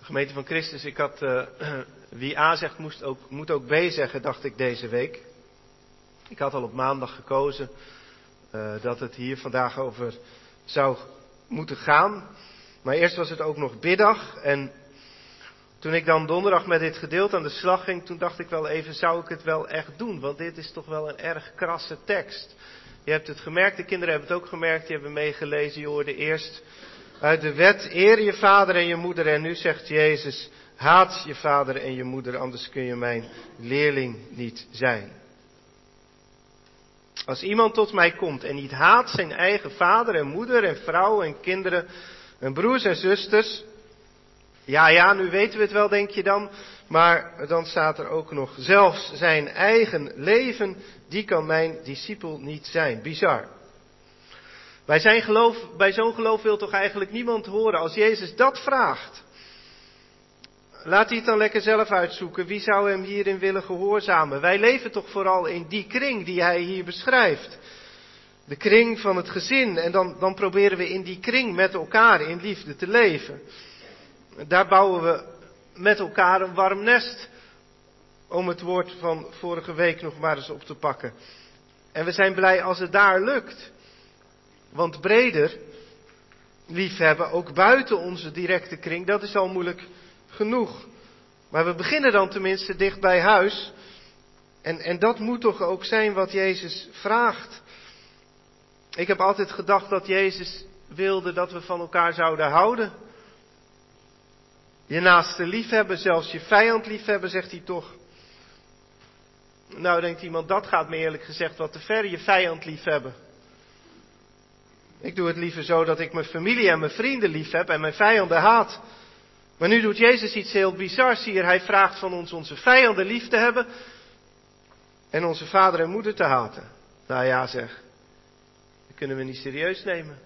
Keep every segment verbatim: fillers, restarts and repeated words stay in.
Gemeente van Christus, ik had uh, wie A zegt moest ook, moet ook B zeggen, dacht ik deze week. Ik had al op maandag gekozen uh, dat het hier vandaag over zou moeten gaan. Maar eerst was het ook nog biddag. En toen ik dan donderdag met dit gedeelte aan de slag ging, toen dacht ik wel even, zou ik het wel echt doen? Want dit is toch wel een erg krasse tekst. Je hebt het gemerkt, de kinderen hebben het ook gemerkt, die hebben meegelezen. Je hoorde eerst uit de wet, eer je vader en je moeder. En nu zegt Jezus, haat je vader en je moeder, anders kun je mijn leerling niet zijn. Als iemand tot mij komt en niet haat zijn eigen vader en moeder en vrouw en kinderen en broers en zusters. Ja, ja, nu weten we het wel, denk je dan. Maar dan staat er ook nog, zelfs zijn eigen leven, die kan mijn discipel niet zijn. Bizar. Bij, zijn geloof, bij zo'n geloof wil toch eigenlijk niemand horen. Als Jezus dat vraagt, laat hij het dan lekker zelf uitzoeken. Wie zou hem hierin willen gehoorzamen? Wij leven toch vooral in die kring die hij hier beschrijft. De kring van het gezin. En dan, dan proberen we in die kring met elkaar in liefde te leven. Daar bouwen we met elkaar een warm nest. Om het woord van vorige week nog maar eens op te pakken. En we zijn blij als het daar lukt. Want breder liefhebben, ook buiten onze directe kring, dat is al moeilijk genoeg. Maar we beginnen dan tenminste dicht bij huis. En, en dat moet toch ook zijn wat Jezus vraagt. Ik heb altijd gedacht dat Jezus wilde dat we van elkaar zouden houden. Je naaste liefhebben, zelfs je vijand liefhebben, zegt hij toch. Nou, denkt iemand, dat gaat me eerlijk gezegd wat te ver, je vijand liefhebben. Ik doe het liever zo dat ik mijn familie en mijn vrienden lief heb en mijn vijanden haat. Maar nu doet Jezus iets heel bizars hier. Hij vraagt van ons onze vijanden lief te hebben en onze vader en moeder te haten. Nou ja zeg, dat kunnen we niet serieus nemen.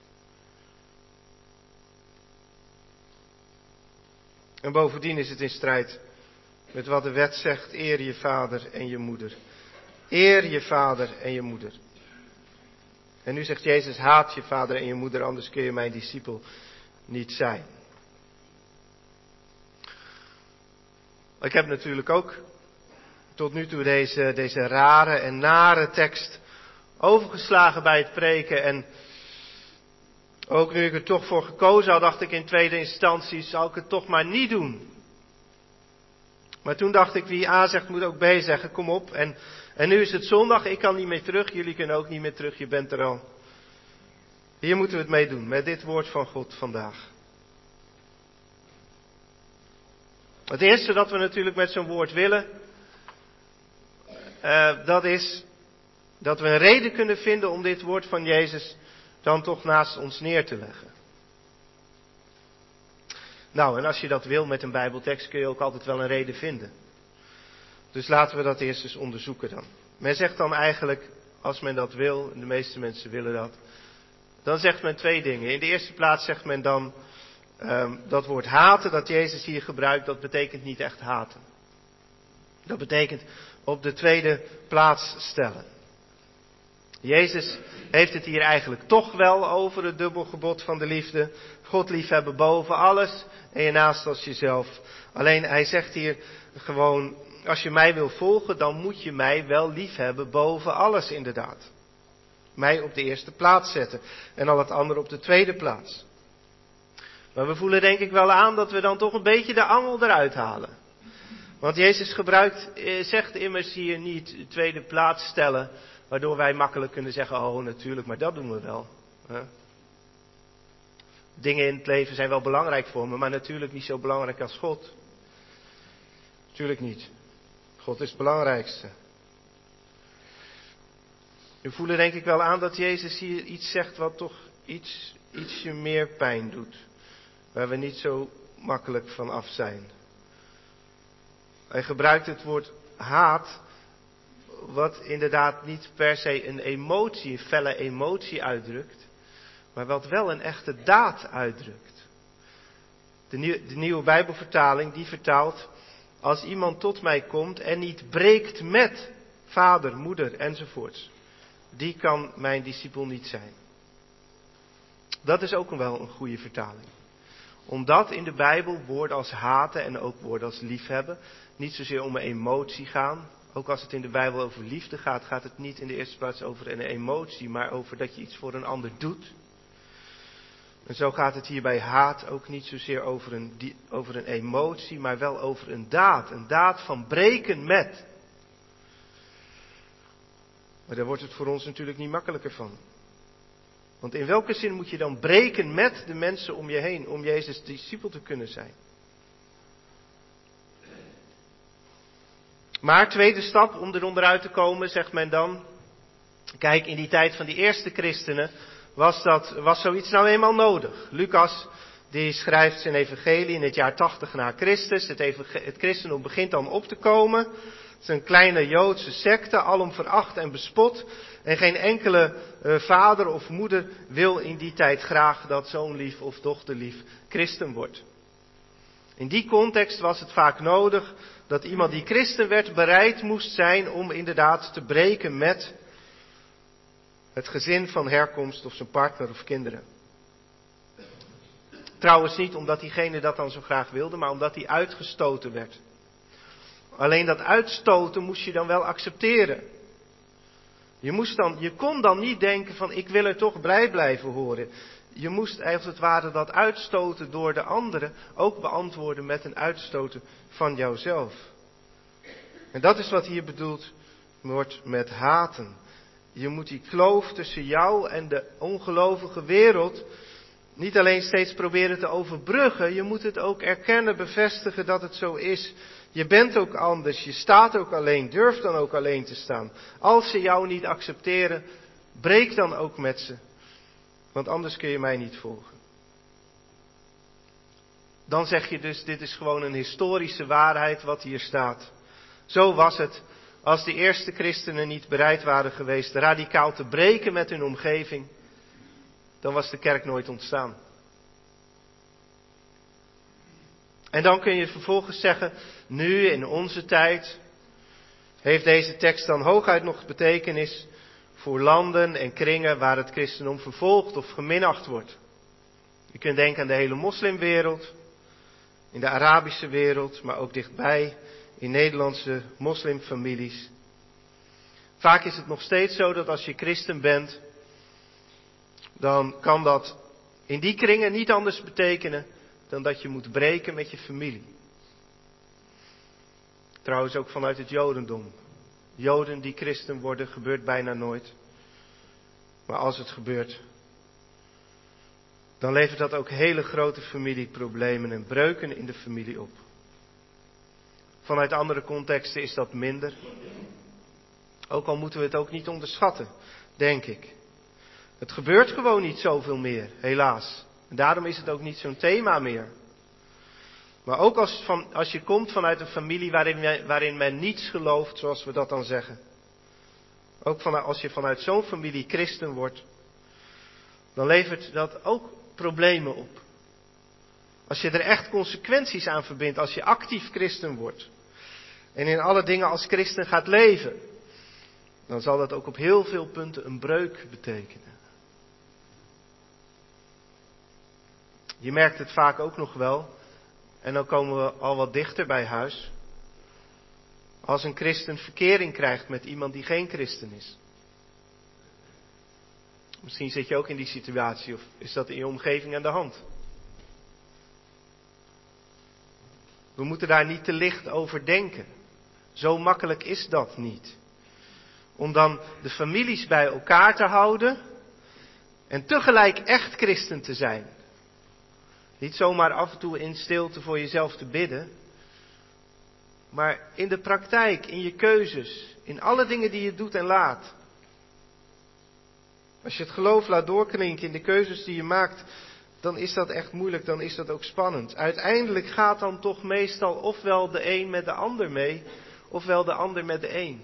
En bovendien is het in strijd met wat de wet zegt, eer je vader en je moeder. Eer je vader en je moeder. En nu zegt Jezus, haat je vader en je moeder, anders kun je mijn discipel niet zijn. Ik heb natuurlijk ook tot nu toe deze, deze rare en nare tekst overgeslagen bij het preken. En ook nu ik er toch voor gekozen had, dacht ik in tweede instantie, zal ik het toch maar niet doen. Maar toen dacht ik, wie A zegt moet ook B zeggen, kom op. En, en nu is het zondag, ik kan niet meer terug, jullie kunnen ook niet meer terug, je bent er al. Hier moeten we het mee doen, met dit woord van God vandaag. Het eerste dat we natuurlijk met zo'n woord willen, uh, dat is dat we een reden kunnen vinden om dit woord van Jezus dan toch naast ons neer te leggen. Nou, en als je dat wil met een Bijbeltekst kun je ook altijd wel een reden vinden. Dus laten we dat eerst eens onderzoeken dan. Men zegt dan eigenlijk, als men dat wil, en de meeste mensen willen dat, dan zegt men twee dingen. In de eerste plaats zegt men dan, um, dat woord haten dat Jezus hier gebruikt, dat betekent niet echt haten. Dat betekent op de tweede plaats stellen. Jezus heeft het hier eigenlijk toch wel over het dubbelgebod van de liefde. God liefhebben boven alles en je naast als jezelf. Alleen hij zegt hier gewoon, als je mij wil volgen, dan moet je mij wel liefhebben boven alles inderdaad. Mij op de eerste plaats zetten en al het andere op de tweede plaats. Maar we voelen denk ik wel aan dat we dan toch een beetje de angel eruit halen. Want Jezus gebruikt, zegt immers hier niet de tweede plaats stellen, waardoor wij makkelijk kunnen zeggen, oh natuurlijk, maar dat doen we wel. Hè? Dingen in het leven zijn wel belangrijk voor me, maar natuurlijk niet zo belangrijk als God. Natuurlijk niet. God is het belangrijkste. We voelen denk ik wel aan dat Jezus hier iets zegt wat toch iets, ietsje meer pijn doet. Waar we niet zo makkelijk van af zijn. Hij gebruikt het woord haat, wat inderdaad niet per se een emotie, een felle emotie uitdrukt, maar wat wel een echte daad uitdrukt. De, nieuw, de nieuwe Bijbelvertaling die vertaalt, als iemand tot mij komt en niet breekt met vader, moeder enzovoorts, die kan mijn discipel niet zijn. Dat is ook wel een goede vertaling. Omdat in de Bijbel woorden als haten en ook woorden als liefhebben niet zozeer om een emotie gaan. Ook als het in de Bijbel over liefde gaat, gaat het niet in de eerste plaats over een emotie, maar over dat je iets voor een ander doet. En zo gaat het hier bij haat ook niet zozeer over een, over een emotie, maar wel over een daad. Een daad van breken met. Maar daar wordt het voor ons natuurlijk niet makkelijker van. Want in welke zin moet je dan breken met de mensen om je heen, om Jezus' discipel te kunnen zijn? Maar tweede stap om eronder uit te komen, zegt men dan. Kijk, in die tijd van die eerste christenen was, dat, was zoiets nou eenmaal nodig. Lucas, die schrijft zijn evangelie in het jaar tachtig na Christus. Het, het christendom begint dan op te komen. Het is een kleine Joodse secte, alom veracht en bespot. En geen enkele uh, vader of moeder wil in die tijd graag dat zoonlief of dochterlief christen wordt. In die context was het vaak nodig dat iemand die christen werd bereid moest zijn om inderdaad te breken met het gezin van herkomst of zijn partner of kinderen. Trouwens niet omdat diegene dat dan zo graag wilde, maar omdat hij uitgestoten werd. Alleen dat uitstoten moest je dan wel accepteren. Je, moest dan, je kon dan niet denken van ik wil er toch bij blijven horen. Je moest als het ware dat uitstoten door de anderen ook beantwoorden met een uitstoten van jouzelf. En dat is wat hier bedoeld wordt met haten. Je moet die kloof tussen jou en de ongelovige wereld niet alleen steeds proberen te overbruggen. Je moet het ook erkennen, bevestigen dat het zo is. Je bent ook anders, je staat ook alleen, durf dan ook alleen te staan. Als ze jou niet accepteren, breek dan ook met ze. Want anders kun je mij niet volgen. Dan zeg je dus, dit is gewoon een historische waarheid wat hier staat. Zo was het als de eerste christenen niet bereid waren geweest radicaal te breken met hun omgeving. Dan was de kerk nooit ontstaan. En dan kun je vervolgens zeggen, nu in onze tijd heeft deze tekst dan hooguit nog betekenis voor landen en kringen waar het christendom vervolgd of geminacht wordt. Je kunt denken aan de hele moslimwereld, in de Arabische wereld, maar ook dichtbij in Nederlandse moslimfamilies. Vaak is het nog steeds zo dat als je christen bent, dan kan dat in die kringen niet anders betekenen dan dat je moet breken met je familie. Trouwens ook vanuit het Jodendom. Joden die christen worden, gebeurt bijna nooit. Maar als het gebeurt, dan levert dat ook hele grote familieproblemen en breuken in de familie op. Vanuit andere contexten is dat minder. Ook al moeten we het ook niet onderschatten, denk ik. Het gebeurt gewoon niet zoveel meer, helaas. En daarom is het ook niet zo'n thema meer. Maar ook als, van, als je komt vanuit een familie waarin, waarin men niets gelooft, zoals we dat dan zeggen. Ook van, als je vanuit zo'n familie christen wordt, dan levert dat ook problemen op. Als je er echt consequenties aan verbindt, als je actief christen wordt. En in alle dingen als christen gaat leven. Dan zal dat ook op heel veel punten een breuk betekenen. Je merkt het vaak ook nog wel. En dan komen we al wat dichter bij huis. Als een christen verkering krijgt met iemand die geen christen is. Misschien zit je ook in die situatie of is dat in je omgeving aan de hand. We moeten daar niet te licht over denken. Zo makkelijk is dat niet. Om dan de families bij elkaar te houden en tegelijk echt christen te zijn. Niet zomaar af en toe in stilte voor jezelf te bidden. Maar in de praktijk, in je keuzes, in alle dingen die je doet en laat. Als je het geloof laat doorklinken in de keuzes die je maakt, dan is dat echt moeilijk, dan is dat ook spannend. Uiteindelijk gaat dan toch meestal ofwel de een met de ander mee, ofwel de ander met de een.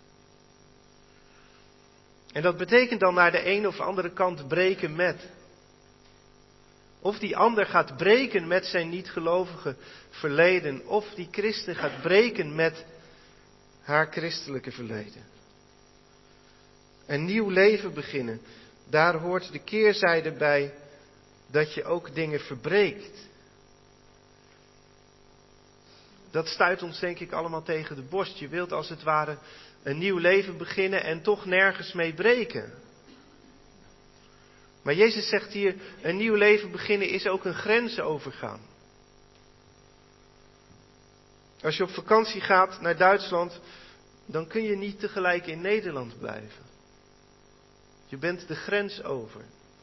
En dat betekent dan naar de een of andere kant breken met. Of die ander gaat breken met zijn niet-gelovige verleden. Of die christen gaat breken met haar christelijke verleden. Een nieuw leven beginnen. Daar hoort de keerzijde bij dat je ook dingen verbreekt. dat stuit ons denk ik allemaal tegen de borst. Je wilt als het ware een nieuw leven beginnen en toch nergens mee breken. Maar Jezus zegt hier, een nieuw leven beginnen is ook een grens overgaan. Als je op vakantie gaat naar Duitsland, dan kun je niet tegelijk in Nederland blijven. Je bent de grens over.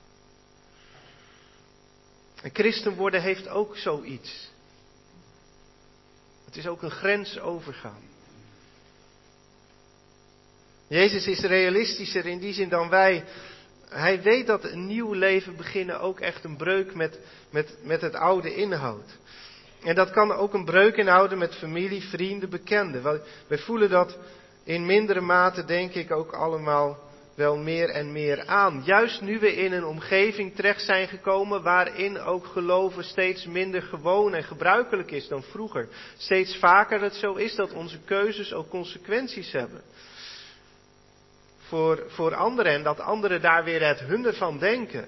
En christen worden heeft ook zoiets. Het is ook een grens overgaan. Jezus is realistischer in die zin dan wij. Hij weet dat een nieuw leven beginnen ook echt een breuk met, met, met het oude inhoudt. En dat kan ook een breuk inhouden met familie, vrienden, bekenden. Wij voelen dat in mindere mate, denk ik, ook allemaal wel meer en meer aan. Juist nu we in een omgeving terecht zijn gekomen waarin ook geloven steeds minder gewoon en gebruikelijk is dan vroeger. Steeds vaker het zo is dat onze keuzes ook consequenties hebben. Voor, voor anderen en dat anderen daar weer het hunne van denken.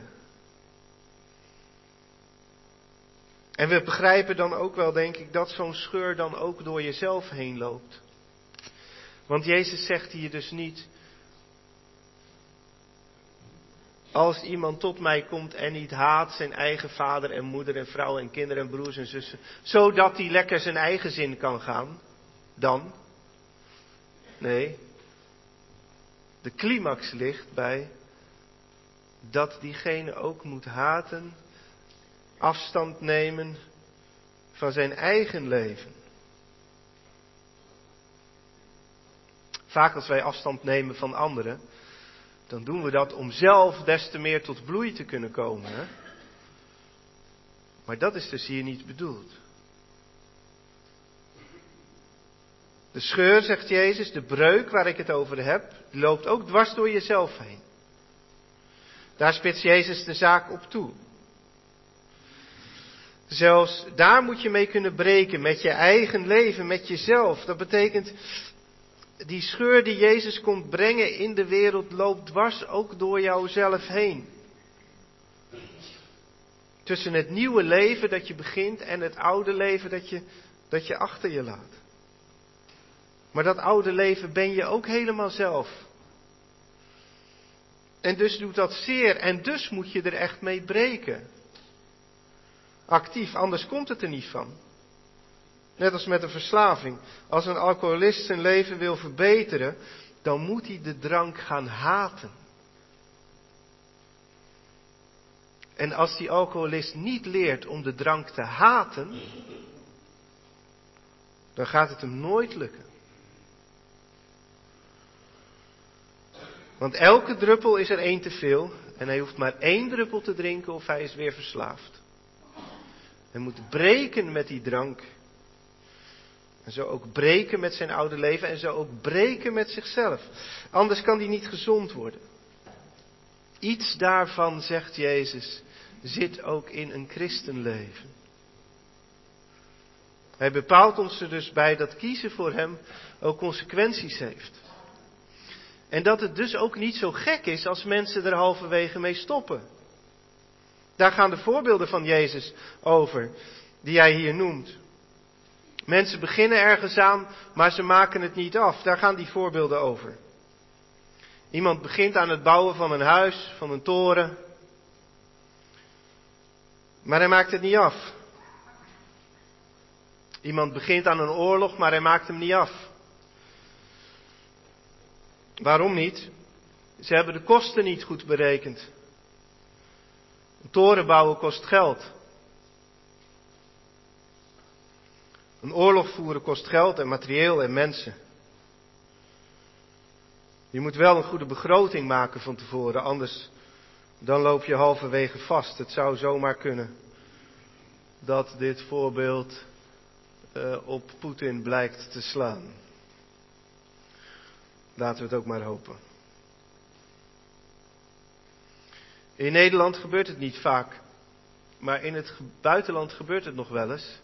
En we begrijpen dan ook wel, denk ik, dat zo'n scheur dan ook door jezelf heen loopt. Want Jezus zegt hier dus niet, als iemand tot mij komt en niet haat zijn eigen vader en moeder en vrouw en kinderen en broers en zussen, zodat hij lekker zijn eigen zin kan gaan, dan? Nee, de climax ligt bij dat diegene ook moet haten, afstand nemen van zijn eigen leven. Vaak als wij afstand nemen van anderen, dan doen we dat om zelf des te meer tot bloei te kunnen komen. Hè? Maar dat is dus hier niet bedoeld. De scheur, zegt Jezus, de breuk waar ik het over heb, die loopt ook dwars door jezelf heen. Daar spitst Jezus de zaak op toe. Zelfs daar moet je mee kunnen breken, met je eigen leven, met jezelf. Dat betekent, die scheur die Jezus komt brengen in de wereld loopt dwars ook door jouzelf heen. Tussen het nieuwe leven dat je begint en het oude leven dat je, dat je achter je laat. Maar dat oude leven ben je ook helemaal zelf. En dus doet dat zeer en dus moet je er echt mee breken. Actief, anders komt het er niet van. Net als met een verslaving. Als een alcoholist zijn leven wil verbeteren, dan moet hij de drank gaan haten. En als die alcoholist niet leert om de drank te haten, dan gaat het hem nooit lukken. Want elke druppel is er één te veel en hij hoeft maar één druppel te drinken of hij is weer verslaafd. Hij moet breken met die drank. En zo ook breken met zijn oude leven en zo ook breken met zichzelf. Anders kan hij niet gezond worden. Iets daarvan, zegt Jezus, zit ook in een christenleven. Hij bepaalt ons er dus bij dat kiezen voor hem ook consequenties heeft. En dat het dus ook niet zo gek is als mensen er halverwege mee stoppen. Daar gaan de voorbeelden van Jezus over, die hij hier noemt. Mensen beginnen ergens aan, maar ze maken het niet af. Daar gaan die voorbeelden over. Iemand begint aan het bouwen van een huis, van een toren. Maar hij maakt het niet af. Iemand begint aan een oorlog, maar hij maakt hem niet af. Waarom niet? Ze hebben de kosten niet goed berekend. Een toren bouwen kost geld. Een oorlog voeren kost geld en materieel en mensen. Je moet wel een goede begroting maken van tevoren, anders dan loop je halverwege vast. Het zou zomaar kunnen dat dit voorbeeld uh, op Poetin blijkt te slaan. Laten we het ook maar hopen. In Nederland gebeurt het niet vaak, maar in het buitenland gebeurt het nog wel eens.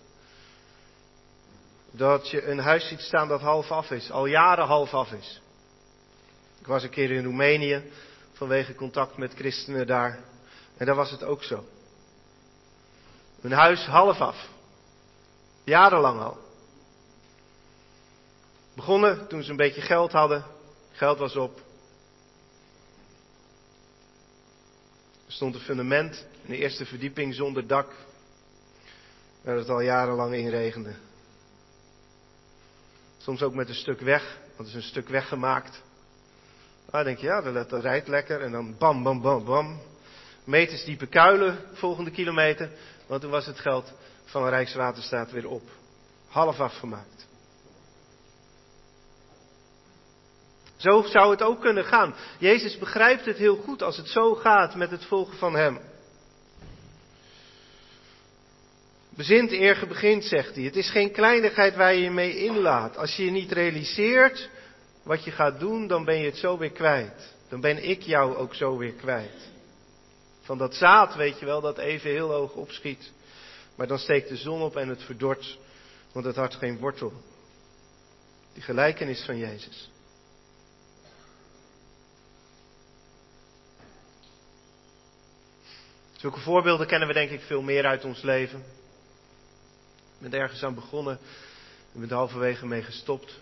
Dat je een huis ziet staan dat half af is, al jaren half af is. Ik was een keer in Roemenië vanwege contact met christenen daar. En daar was het ook zo. Een huis half af. Jarenlang al. Begonnen toen ze een beetje geld hadden. Geld was op. Er stond een fundament in de eerste verdieping zonder dak. Waar het al jarenlang in regende. Soms ook met een stuk weg. Want er is een stuk weggemaakt. Dan denk je, ja, dat, dat rijdt lekker. En dan bam, bam, bam, bam. Meters diepe kuilen, volgende kilometer. Want toen was het geld van Rijkswaterstaat weer op. Half afgemaakt. Zo zou het ook kunnen gaan. Jezus begrijpt het heel goed als het zo gaat met het volgen van hem. Bezint eer ge begint, zegt hij. Het is geen kleinigheid waar je je mee inlaat. Als je je niet realiseert wat je gaat doen, dan ben je het zo weer kwijt. Dan ben ik jou ook zo weer kwijt. Van dat zaad, weet je wel, dat even heel hoog opschiet. Maar dan steekt de zon op en het verdort, want het had geen wortel. Die gelijkenis van Jezus. Zulke voorbeelden kennen we denk ik veel meer uit ons leven. Je bent ergens aan begonnen, je bent halverwege mee gestopt.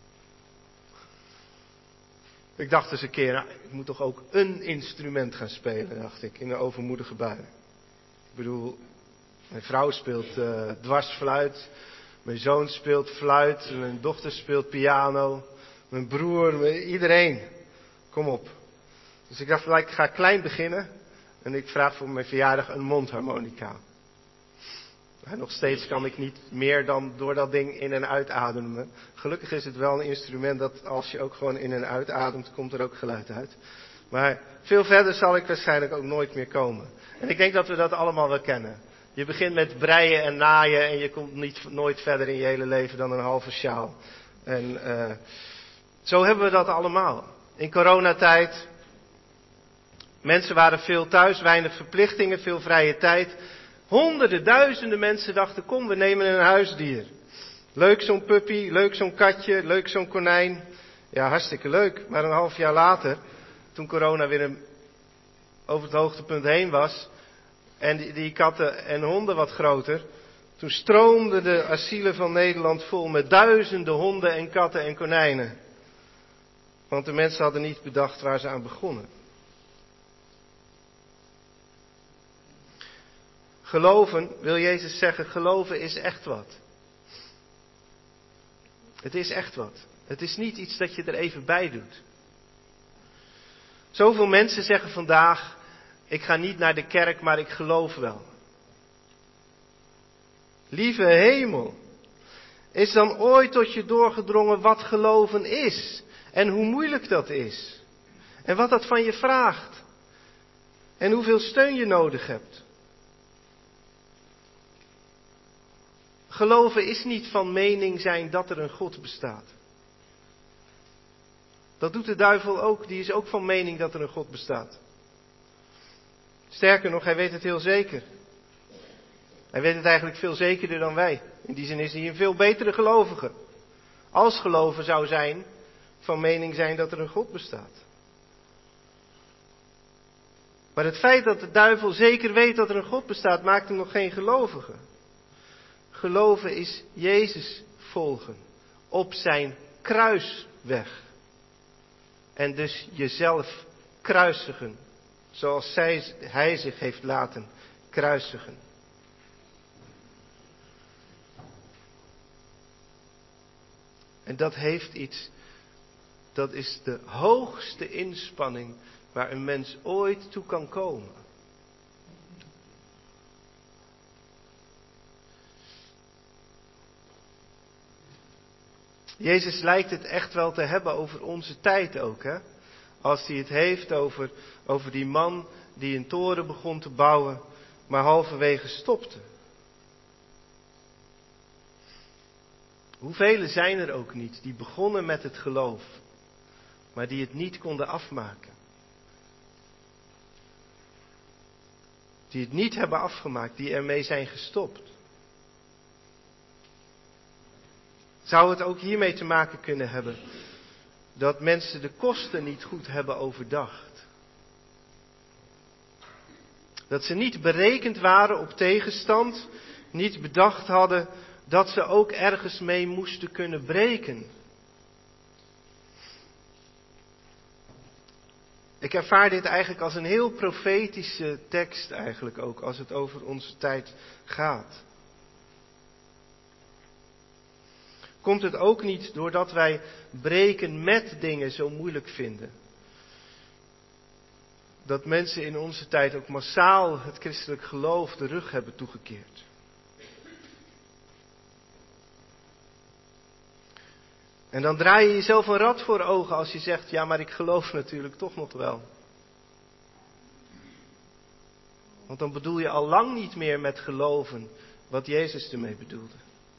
Ik dacht eens een keer, nou, ik moet toch ook een instrument gaan spelen, dacht ik, in een overmoedige bui. Ik bedoel, mijn vrouw speelt uh, dwarsfluit, mijn zoon speelt fluit, mijn dochter speelt piano, mijn broer, mijn, iedereen. Kom op. Dus ik dacht, ik ga klein beginnen en ik vraag voor mijn verjaardag een mondharmonica. Maar nog steeds kan ik niet meer dan door dat ding in- en uitademen. Gelukkig is het wel een instrument dat als je ook gewoon in- en uitademt, komt er ook geluid uit. Maar veel verder zal ik waarschijnlijk ook nooit meer komen. En ik denk dat we dat allemaal wel kennen. Je begint met breien en naaien en je komt niet, nooit verder in je hele leven dan een halve sjaal. En uh, zo hebben we dat allemaal. In coronatijd, mensen waren veel thuis, weinig verplichtingen, veel vrije tijd. Honderden, duizenden mensen dachten, kom, we nemen een huisdier. Leuk zo'n puppy, leuk zo'n katje, leuk zo'n konijn. Ja, hartstikke leuk. Maar een half jaar later, toen corona weer een, over het hoogtepunt heen was, en die, die katten en honden wat groter, toen stroomden de asielen van Nederland vol met duizenden honden en katten en konijnen. Want de mensen hadden niet bedacht waar ze aan begonnen. Geloven, wil Jezus zeggen, geloven is echt wat. Het is echt wat. Het is niet iets dat je er even bij doet. Zoveel mensen zeggen vandaag, ik ga niet naar de kerk, maar ik geloof wel. Lieve hemel, is dan ooit tot je doorgedrongen wat geloven is? En hoe moeilijk dat is? En wat dat van je vraagt? En hoeveel steun je nodig hebt? Geloven is niet van mening zijn dat er een God bestaat. Dat doet de duivel ook, die is ook van mening dat er een God bestaat. Sterker nog, hij weet het heel zeker. Hij weet het eigenlijk veel zekerder dan wij. In die zin is hij een veel betere gelovige. Als geloven zou zijn, van mening zijn dat er een God bestaat. Maar het feit dat de duivel zeker weet dat er een God bestaat, maakt hem nog geen gelovige. Geloven is Jezus volgen. Op zijn kruisweg. En dus jezelf kruisigen. Zoals zij, hij zich heeft laten kruisigen. En dat heeft iets. Dat is de hoogste inspanning waar een mens ooit toe kan komen. Jezus lijkt het echt wel te hebben over onze tijd ook, hè? Als hij het heeft over, over die man die een toren begon te bouwen, maar halverwege stopte. Hoeveel zijn er ook niet die begonnen met het geloof, maar die het niet konden afmaken. Die het niet hebben afgemaakt, die ermee zijn gestopt. Zou het ook hiermee te maken kunnen hebben dat mensen de kosten niet goed hebben overdacht? Dat ze niet berekend waren op tegenstand, niet bedacht hadden dat ze ook ergens mee moesten kunnen breken. Ik ervaar dit eigenlijk als een heel profetische tekst eigenlijk ook, als het over onze tijd gaat. Komt het ook niet doordat wij breken met dingen zo moeilijk vinden? Dat mensen in onze tijd ook massaal het christelijk geloof de rug hebben toegekeerd. En dan draai je jezelf een rad voor ogen als je zegt, ja, maar ik geloof natuurlijk toch nog wel. Want dan bedoel je al lang niet meer met geloven wat Jezus ermee bedoelde.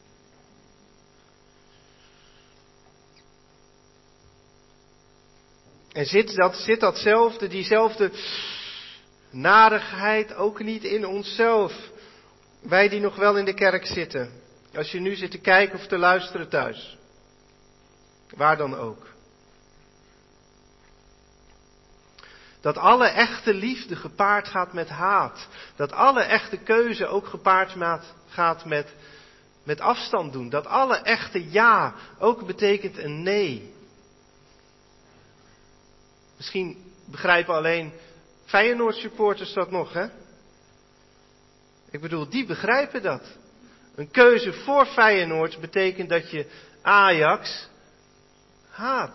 En zit, dat, zit datzelfde, diezelfde narigheid ook niet in onszelf? Wij die nog wel in de kerk zitten. Als je nu zit te kijken of te luisteren thuis. Waar dan ook. Dat alle echte liefde gepaard gaat met haat. Dat alle echte keuze ook gepaard gaat met, met afstand doen. Dat alle echte ja ook betekent een nee. Misschien begrijpen alleen Feyenoord supporters dat nog, hè? Ik bedoel, die begrijpen dat. Een keuze voor Feyenoord betekent dat je Ajax haat.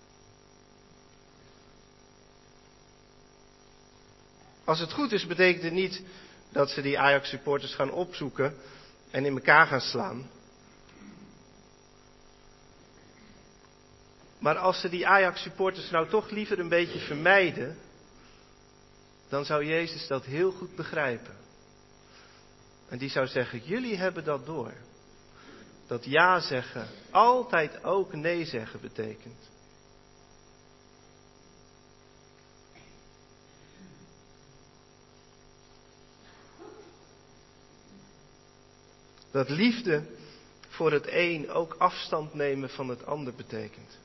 Als het goed is, betekent het niet dat ze die Ajax supporters gaan opzoeken en in elkaar gaan slaan. Maar als ze die Ajax supporters nou toch liever een beetje vermijden, dan zou Jezus dat heel goed begrijpen. En die zou zeggen, jullie hebben dat door. Dat ja zeggen altijd ook nee zeggen betekent. Dat liefde voor het een ook afstand nemen van het ander betekent.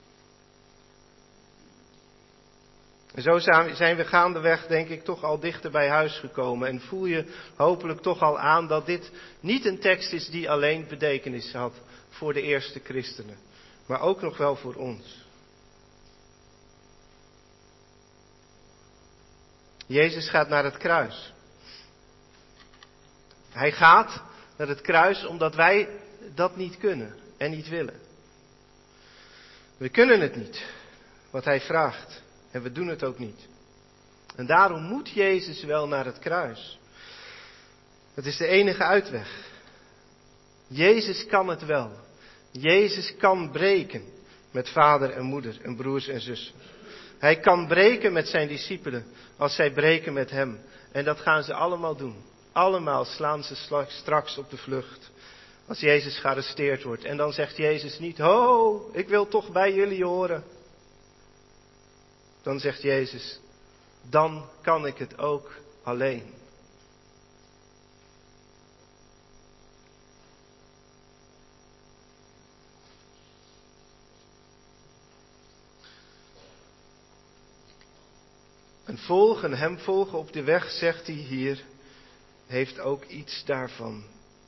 En zo zijn we gaandeweg, denk ik, toch al dichter bij huis gekomen. En voel je hopelijk toch al aan dat dit niet een tekst is die alleen betekenis had voor de eerste christenen. Maar ook nog wel voor ons. Jezus gaat naar het kruis. Hij gaat naar het kruis omdat wij dat niet kunnen en niet willen. We kunnen het niet, wat hij vraagt. En we doen het ook niet. En daarom moet Jezus wel naar het kruis. Het is de enige uitweg. Jezus kan het wel. Jezus kan breken met vader en moeder en broers en zussen. Hij kan breken met zijn discipelen als zij breken met hem. En dat gaan ze allemaal doen. Allemaal slaan ze straks op de vlucht als Jezus gearresteerd wordt. En dan zegt Jezus niet, ho, ik wil toch bij jullie horen. Dan zegt Jezus, dan kan ik het ook alleen. En volgen, hem volgen op de weg, zegt hij hier, heeft ook iets daarvan.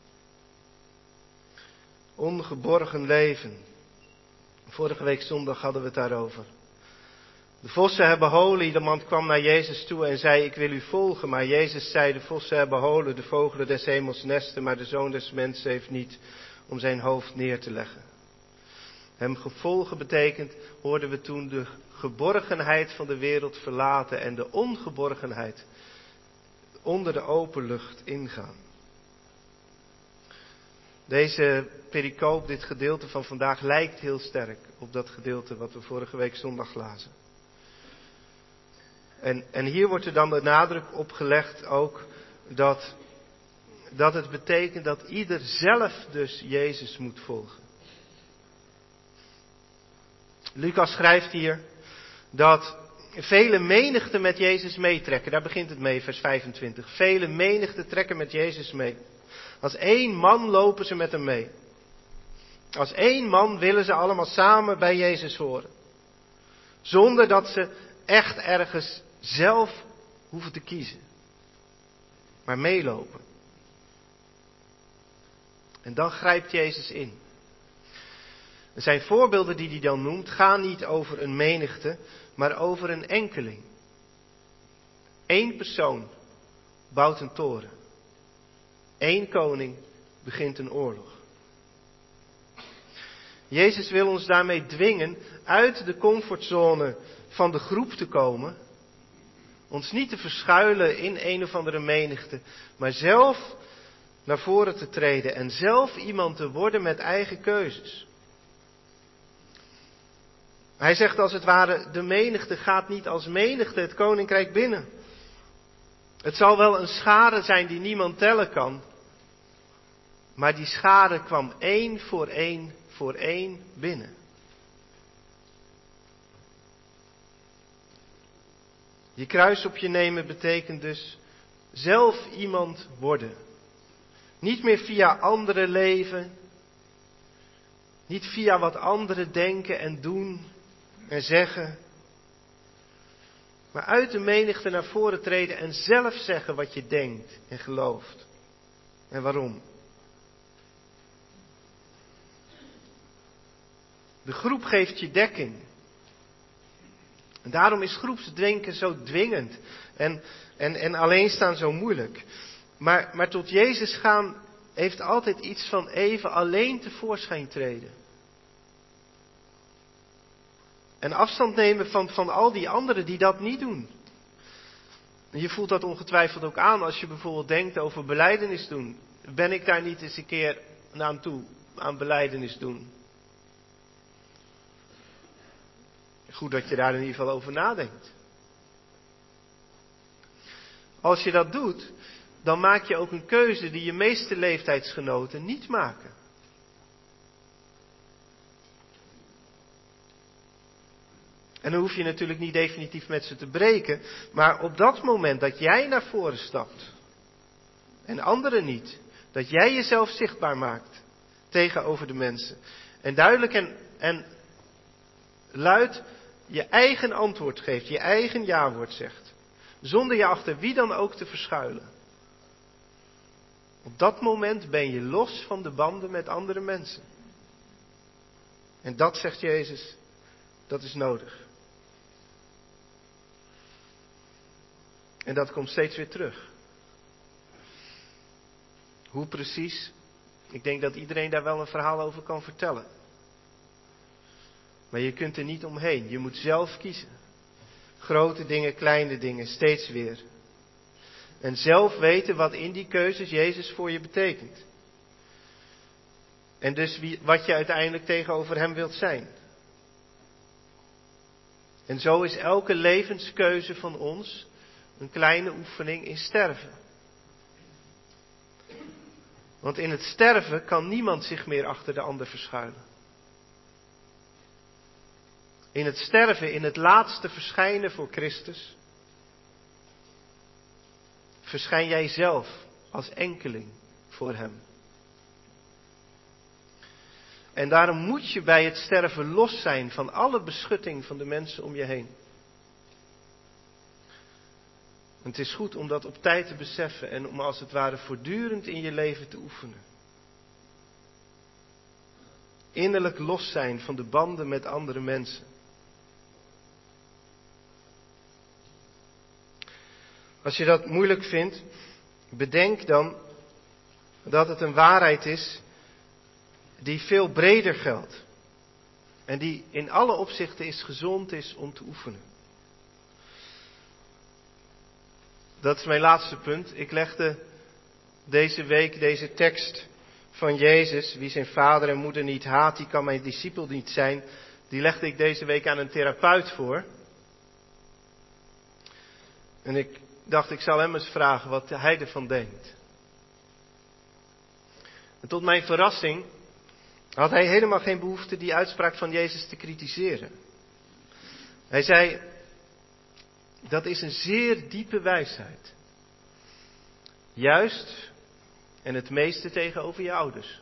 Ongeborgen leven. Vorige week zondag hadden we het daarover. De vossen hebben holen, iemand kwam naar Jezus toe en zei, ik wil u volgen. Maar Jezus zei, de vossen hebben holen, de vogelen des hemels nesten, maar de zoon des mensen heeft niet om zijn hoofd neer te leggen. Hem gevolgen betekent, hoorden we toen, de geborgenheid van de wereld verlaten en de ongeborgenheid onder de open lucht ingaan. Deze pericoop, dit gedeelte van vandaag, lijkt heel sterk op dat gedeelte wat we vorige week zondag lazen. En, en hier wordt er dan de nadruk op gelegd ook dat, dat het betekent dat ieder zelf dus Jezus moet volgen. Lucas schrijft hier dat vele menigten met Jezus meetrekken. Daar begint het mee, vers vijfentwintig. Vele menigten trekken met Jezus mee. Als één man lopen ze met hem mee. Als één man willen ze allemaal samen bij Jezus horen. Zonder dat ze echt ergens zelf hoeven te kiezen. Maar meelopen. En dan grijpt Jezus in. Er zijn voorbeelden die hij dan noemt, gaan niet over een menigte, maar over een enkeling. Eén persoon bouwt een toren. Eén koning begint een oorlog. Jezus wil ons daarmee dwingen uit de comfortzone van de groep te komen. Ons niet te verschuilen in een of andere menigte, maar zelf naar voren te treden en zelf iemand te worden met eigen keuzes. Hij zegt als het ware, de menigte gaat niet als menigte het koninkrijk binnen. Het zal wel een schare zijn die niemand tellen kan, maar die schare kwam één voor één voor één binnen. Je kruis op je nemen betekent dus zelf iemand worden. Niet meer via anderen leven. Niet via wat anderen denken en doen en zeggen. Maar uit de menigte naar voren treden en zelf zeggen wat je denkt en gelooft. En waarom. De groep geeft je dekking. En daarom is groepsdenken zo dwingend. En, en, en alleenstaan zo moeilijk. Maar, maar tot Jezus gaan heeft altijd iets van even alleen tevoorschijn treden. En afstand nemen van, van al die anderen die dat niet doen. En je voelt dat ongetwijfeld ook aan als je bijvoorbeeld denkt over belijdenis doen. Ben ik daar niet eens een keer aan toe, aan belijdenis doen? Goed dat je daar in ieder geval over nadenkt. Als je dat doet, dan maak je ook een keuze die je meeste leeftijdsgenoten niet maken. En dan hoef je natuurlijk niet definitief met ze te breken, maar op dat moment dat jij naar voren stapt en anderen niet, dat jij jezelf zichtbaar maakt tegenover de mensen en duidelijk en, en luid je eigen antwoord geeft, je eigen ja-woord zegt, zonder je achter wie dan ook te verschuilen. Op dat moment ben je los van de banden met andere mensen. En dat, zegt Jezus, dat is nodig. En dat komt steeds weer terug. Hoe precies? Ik denk dat iedereen daar wel een verhaal over kan vertellen. Maar je kunt er niet omheen. Je moet zelf kiezen. Grote dingen, kleine dingen, steeds weer. En zelf weten wat in die keuzes Jezus voor je betekent. En dus wie, wat je uiteindelijk tegenover hem wilt zijn. En zo is elke levenskeuze van ons een kleine oefening in sterven. Want in het sterven kan niemand zich meer achter de ander verschuilen. In het sterven, in het laatste verschijnen voor Christus, verschijn jij zelf als enkeling voor hem. En daarom moet je bij het sterven los zijn van alle beschutting van de mensen om je heen. En het is goed om dat op tijd te beseffen en om als het ware voortdurend in je leven te oefenen. Innerlijk los zijn van de banden met andere mensen. Als je dat moeilijk vindt, bedenk dan dat het een waarheid is die veel breder geldt. En die in alle opzichten is gezond is om te oefenen. Dat is mijn laatste punt. Ik legde deze week deze tekst van Jezus, wie zijn vader en moeder niet haat, die kan mijn discipel niet zijn. Die legde ik deze week aan een therapeut voor. En ik dacht, ik zal hem eens vragen wat hij ervan denkt. En tot mijn verrassing had hij helemaal geen behoefte die uitspraak van Jezus te kritiseren. Hij zei, dat is een zeer diepe wijsheid. Juist en het meeste tegenover je ouders.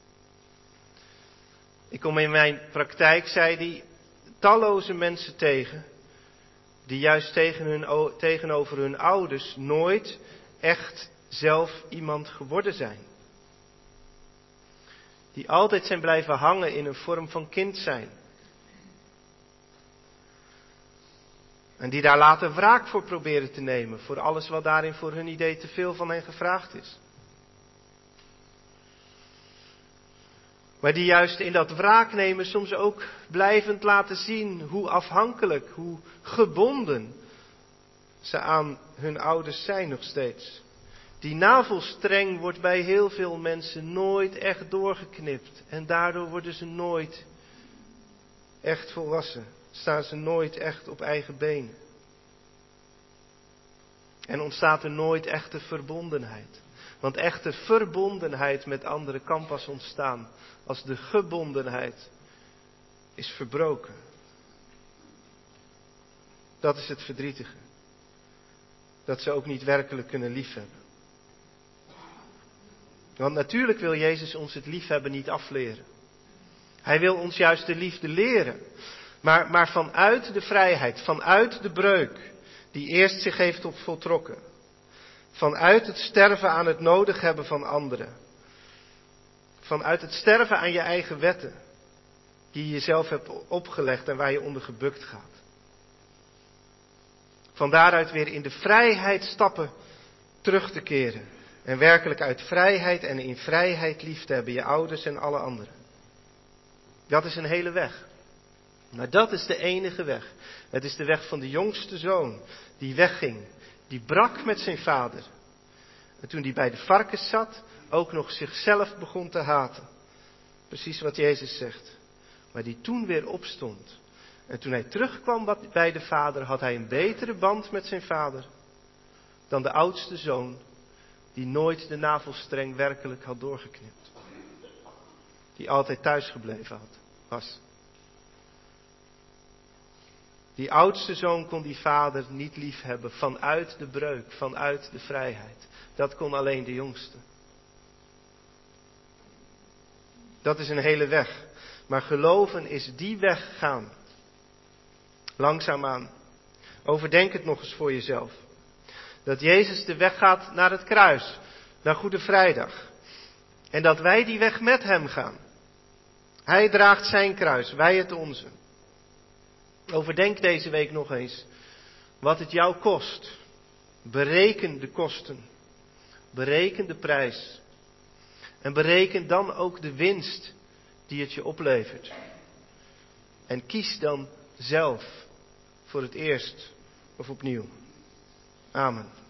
Ik kom in mijn praktijk, zei hij, talloze mensen tegen die juist tegen hun, tegenover hun ouders nooit echt zelf iemand geworden zijn. Die altijd zijn blijven hangen in een vorm van kind zijn. En die daar later wraak voor proberen te nemen, voor alles wat daarin voor hun idee te veel van hen gevraagd is. Maar die juist in dat wraaknemen soms ook blijvend laten zien hoe afhankelijk, hoe gebonden ze aan hun ouders zijn nog steeds. Die navelstreng wordt bij heel veel mensen nooit echt doorgeknipt. En daardoor worden ze nooit echt volwassen. Staan ze nooit echt op eigen benen. En ontstaat er nooit echte verbondenheid. Want echte verbondenheid met anderen kan pas ontstaan als de gebondenheid is verbroken. Dat is het verdrietige. Dat ze ook niet werkelijk kunnen liefhebben. Want natuurlijk wil Jezus ons het liefhebben niet afleren. Hij wil ons juist de liefde leren. Maar, maar vanuit de vrijheid, vanuit de breuk die eerst zich heeft op voltrokken. Vanuit het sterven aan het nodig hebben van anderen. Vanuit het sterven aan je eigen wetten. Die je jezelf hebt opgelegd en waar je onder gebukt gaat. Van daaruit weer in de vrijheid stappen terug te keren. En werkelijk uit vrijheid en in vrijheid lief te hebben, je ouders en alle anderen. Dat is een hele weg. Maar dat is de enige weg. Het is de weg van de jongste zoon die wegging. Die brak met zijn vader. En toen hij bij de varkens zat, ook nog zichzelf begon te haten. Precies wat Jezus zegt. Maar die toen weer opstond. En toen hij terugkwam bij de vader, had hij een betere band met zijn vader dan de oudste zoon, die nooit de navelstreng werkelijk had doorgeknipt. Die altijd thuis gebleven had, was. Die oudste zoon kon die vader niet lief hebben vanuit de breuk, vanuit de vrijheid. Dat kon alleen de jongste. Dat is een hele weg. Maar geloven is die weg gaan. Langzaamaan. Overdenk het nog eens voor jezelf. Dat Jezus de weg gaat naar het kruis, naar Goede Vrijdag. En dat wij die weg met hem gaan. Hij draagt zijn kruis, wij het onze. Overdenk deze week nog eens wat het jou kost. Bereken de kosten. Bereken de prijs. En bereken dan ook de winst die het je oplevert. En kies dan zelf voor het eerst of opnieuw. Amen.